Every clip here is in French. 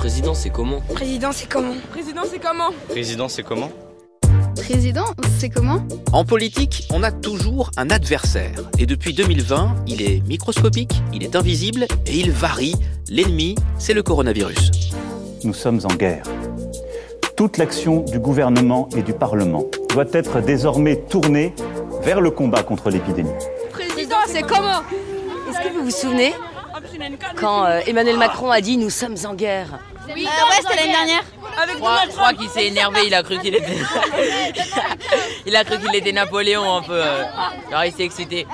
Président, c'est comment ? Président, c'est comment ? Président, c'est comment ? Président, c'est comment ? Président, c'est comment ? En politique, on a toujours un adversaire. Et depuis 2020, il est microscopique, il est invisible et il varie. L'ennemi, c'est le coronavirus. Nous sommes en guerre. Toute l'action du gouvernement et du Parlement doit être désormais tournée vers le combat contre l'épidémie. Président, c'est comment ? Est-ce que vous vous souvenez quand Emmanuel Macron a dit « Nous sommes en guerre » ? Oui, c'était l'année dernière. Avec Je crois qu'il s'est énervé, il a cru qu'il était... il a cru qu'il était Napoléon un peu. Alors il s'est excité.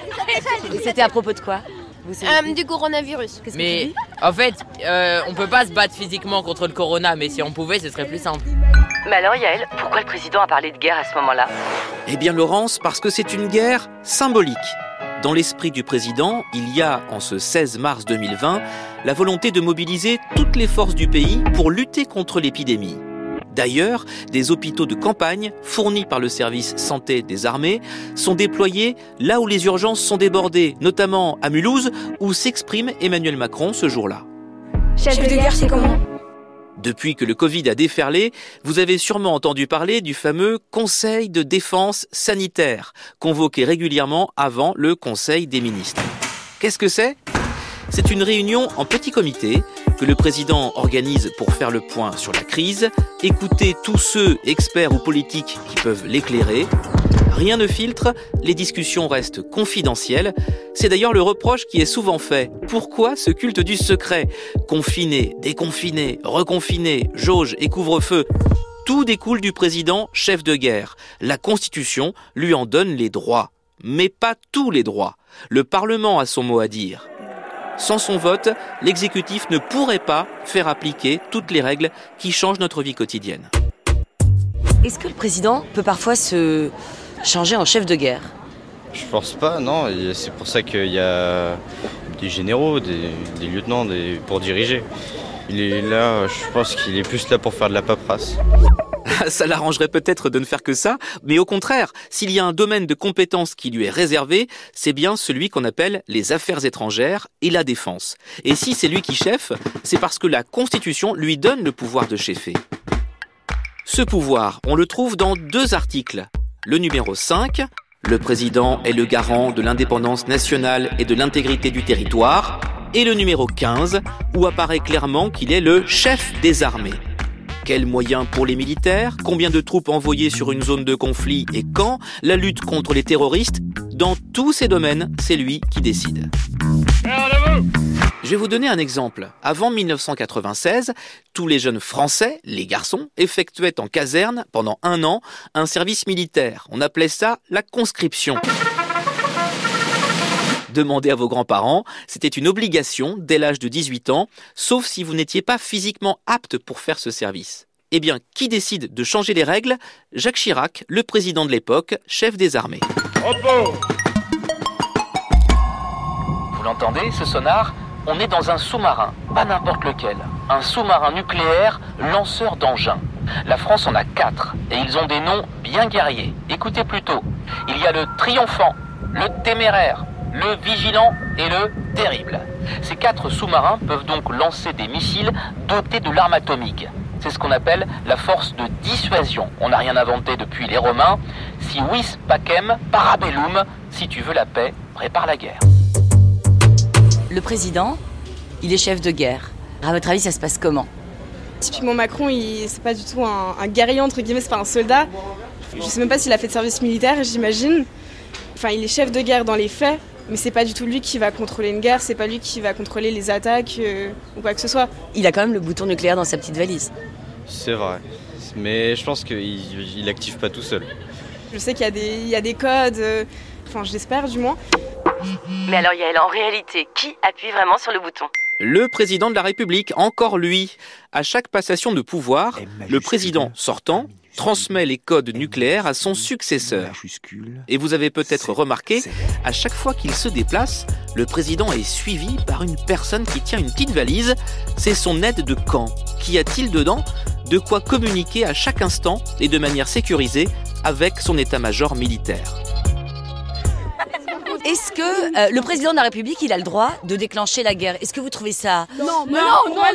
Et c'était à propos de quoi ? Vous savez Du coronavirus. Qu'est-ce que tu Mais dis ? en fait, on peut pas se battre physiquement contre le corona, mais si on pouvait, ce serait plus simple. Mais alors Yael, pourquoi le président a parlé de guerre à ce moment-là ? Eh bien Laurence, parce que c'est une guerre symbolique. Dans l'esprit du président, il y a, en ce 16 mars 2020, la volonté de mobiliser toutes les forces du pays pour lutter contre l'épidémie. D'ailleurs, des hôpitaux de campagne, fournis par le service santé des armées, sont déployés là où les urgences sont débordées, notamment à Mulhouse, où s'exprime Emmanuel Macron ce jour-là. Chef de guerre, c'est comment ? Depuis que le Covid a déferlé, vous avez sûrement entendu parler du fameux Conseil de défense sanitaire, convoqué régulièrement avant le Conseil des ministres. Qu'est-ce que c'est ? C'est une réunion en petit comité que le président organise pour faire le point sur la crise, écouter tous ceux, experts ou politiques, qui peuvent l'éclairer. Rien ne filtre, les discussions restent confidentielles. C'est d'ailleurs le reproche qui est souvent fait. Pourquoi ce culte du secret ? Confiné, déconfiné, reconfiné, jauge et couvre-feu. Tout découle du président chef de guerre. La Constitution lui en donne les droits. Mais pas tous les droits. Le Parlement a son mot à dire. Sans son vote, l'exécutif ne pourrait pas faire appliquer toutes les règles qui changent notre vie quotidienne. Est-ce que le président peut parfois se changer en chef de guerre ? Je pense pas, non. C'est pour ça qu'il y a des généraux, des lieutenants pour diriger. Il est là, je pense qu'il est plus là pour faire de la paperasse. Ça l'arrangerait peut-être de ne faire que ça, mais au contraire, s'il y a un domaine de compétences qui lui est réservé, c'est bien celui qu'on appelle les affaires étrangères et la défense. Et si c'est lui qui cheffe, c'est parce que la Constitution lui donne le pouvoir de cheffer. Ce pouvoir, on le trouve dans 2 articles. Le numéro 5, le président est le garant de l'indépendance nationale et de l'intégrité du territoire, et le numéro 15, où apparaît clairement qu'il est le chef des armées. Quels moyens pour les militaires ? Combien de troupes envoyées sur une zone de conflit et quand ? La lutte contre les terroristes ? Dans tous ces domaines, c'est lui qui décide. Je vais vous donner un exemple. Avant 1996, tous les jeunes Français, les garçons, effectuaient en caserne, pendant 1 an, un service militaire. On appelait ça la conscription. Demandez à vos grands-parents, c'était une obligation dès l'âge de 18 ans, sauf si vous n'étiez pas physiquement apte pour faire ce service. Eh bien, qui décide de changer les règles ? Jacques Chirac, le président de l'époque, chef des armées. Vous l'entendez, ce sonar ? On est dans un sous-marin, pas n'importe lequel. Un sous-marin nucléaire, lanceur d'engins. La France en a 4, et ils ont des noms bien guerriers. Écoutez plutôt, il y a le Triomphant, le Téméraire, le Vigilant et le Terrible. Ces 4 sous-marins peuvent donc lancer des missiles dotés de l'arme atomique. C'est ce qu'on appelle la force de dissuasion. On n'a rien inventé depuis les Romains. Si vis pacem, parabellum, si tu veux la paix, prépare la guerre. Le président, il est chef de guerre. À votre avis, ça se passe comment ? Typiquement Macron, c'est pas du tout un guerrier, entre guillemets, c'est pas un soldat. Je sais même pas s'il a fait de service militaire, j'imagine. Enfin, il est chef de guerre dans les faits, mais c'est pas du tout lui qui va contrôler une guerre, c'est pas lui qui va contrôler les attaques ou quoi que ce soit. Il a quand même le bouton nucléaire dans sa petite valise. C'est vrai, mais je pense qu'il active pas tout seul. Je sais qu'il y a des codes, enfin je l'espère du moins. Mais alors Yael, en réalité, qui appuie vraiment sur le bouton ? Le président de la République, encore lui. À chaque passation de pouvoir, le président sortant transmet les codes nucléaires à son successeur. Et vous avez peut-être remarqué, à chaque fois qu'il se déplace, le président est suivi par une personne qui tient une petite valise. C'est son aide de camp. Qu'y a-t-il dedans ? De quoi communiquer à chaque instant et de manière sécurisée avec son état-major militaire. est-ce que le président de la République, il a le droit de déclencher la guerre? Est-ce que vous trouvez ça? Non. Si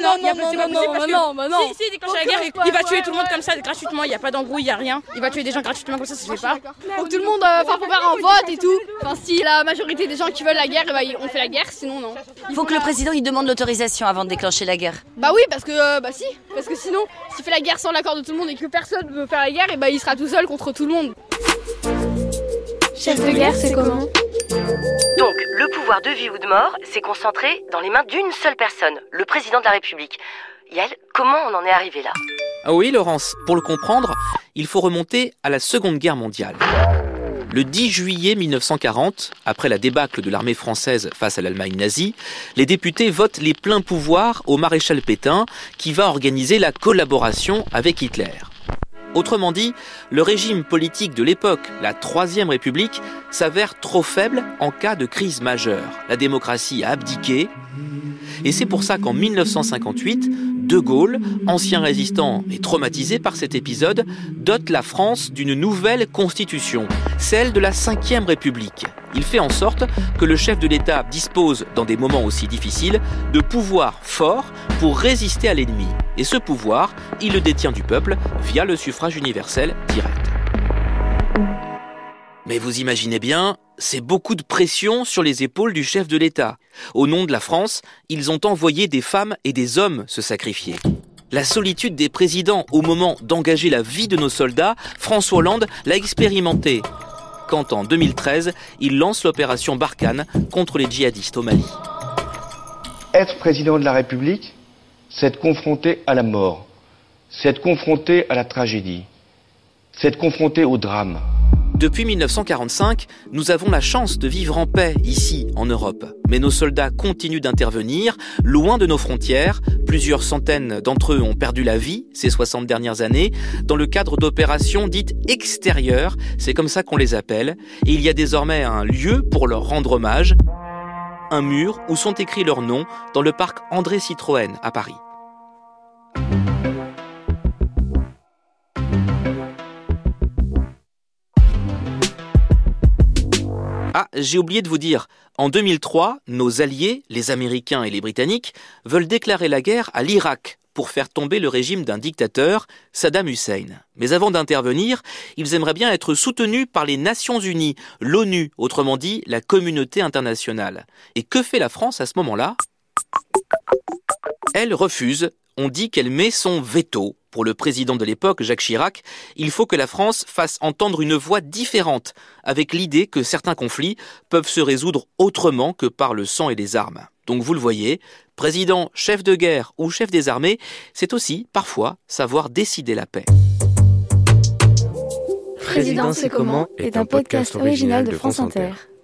il déclenche la guerre, il va tuer tout le monde comme ça gratuitement. Il n'y a pas d'embrouille, il n'y a rien. Il va tuer des gens gratuitement comme ça se fait pas. Faut que tout le monde, faut faire un vote et tout. Enfin, si la majorité des gens qui veulent la guerre, on fait la guerre, sinon non. Il faut que le président il demande l'autorisation avant de déclencher la guerre. Bah oui, parce que sinon, s'il fait la guerre sans l'accord de tout le monde et que personne ne veut faire la guerre, et il sera tout seul contre tout le monde. Chef de guerre, c'est comment? Donc, le pouvoir de vie ou de mort, c'est concentré dans les mains d'une seule personne, le président de la République. Yael, comment on en est arrivé là? Ah oui, Laurence, pour le comprendre, il faut remonter à la Seconde Guerre mondiale. Le 10 juillet 1940, après la débâcle de l'armée française face à l'Allemagne nazie, les députés votent les pleins pouvoirs au maréchal Pétain, qui va organiser la collaboration avec Hitler. Autrement dit, le régime politique de l'époque, la Troisième République, s'avère trop faible en cas de crise majeure. La démocratie a abdiqué. Et c'est pour ça qu'en 1958, De Gaulle, ancien résistant et traumatisé par cet épisode, dote la France d'une nouvelle constitution, celle de la Ve République. Il fait en sorte que le chef de l'État dispose, dans des moments aussi difficiles, de pouvoirs forts pour résister à l'ennemi. Et ce pouvoir, il le détient du peuple via le suffrage universel direct. Mais vous imaginez bien, c'est beaucoup de pression sur les épaules du chef de l'État. Au nom de la France, ils ont envoyé des femmes et des hommes se sacrifier. La solitude des présidents au moment d'engager la vie de nos soldats, François Hollande l'a expérimenté. Quand en 2013, il lance l'opération Barkhane contre les djihadistes au Mali. Être président de la République, c'est être confronté à la mort, c'est être confronté à la tragédie, c'est être confronté au drame. Depuis 1945, nous avons la chance de vivre en paix ici, en Europe. Mais nos soldats continuent d'intervenir, loin de nos frontières. Plusieurs centaines d'entre eux ont perdu la vie ces 60 dernières années, dans le cadre d'opérations dites extérieures, c'est comme ça qu'on les appelle. Et il y a désormais un lieu pour leur rendre hommage, un mur où sont écrits leurs noms dans le parc André Citroën à Paris. Ah, j'ai oublié de vous dire, en 2003, nos alliés, les Américains et les Britanniques, veulent déclarer la guerre à l'Irak pour faire tomber le régime d'un dictateur, Saddam Hussein. Mais avant d'intervenir, ils aimeraient bien être soutenus par les Nations Unies, l'ONU, autrement dit la communauté internationale. Et que fait la France à ce moment-là? Elle refuse. On dit qu'elle met son veto. Pour le président de l'époque, Jacques Chirac, il faut que la France fasse entendre une voix différente, avec l'idée que certains conflits peuvent se résoudre autrement que par le sang et les armes. Donc vous le voyez, président, chef de guerre ou chef des armées, c'est aussi, parfois, savoir décider la paix. Président, c'est comment est un podcast original de France Inter.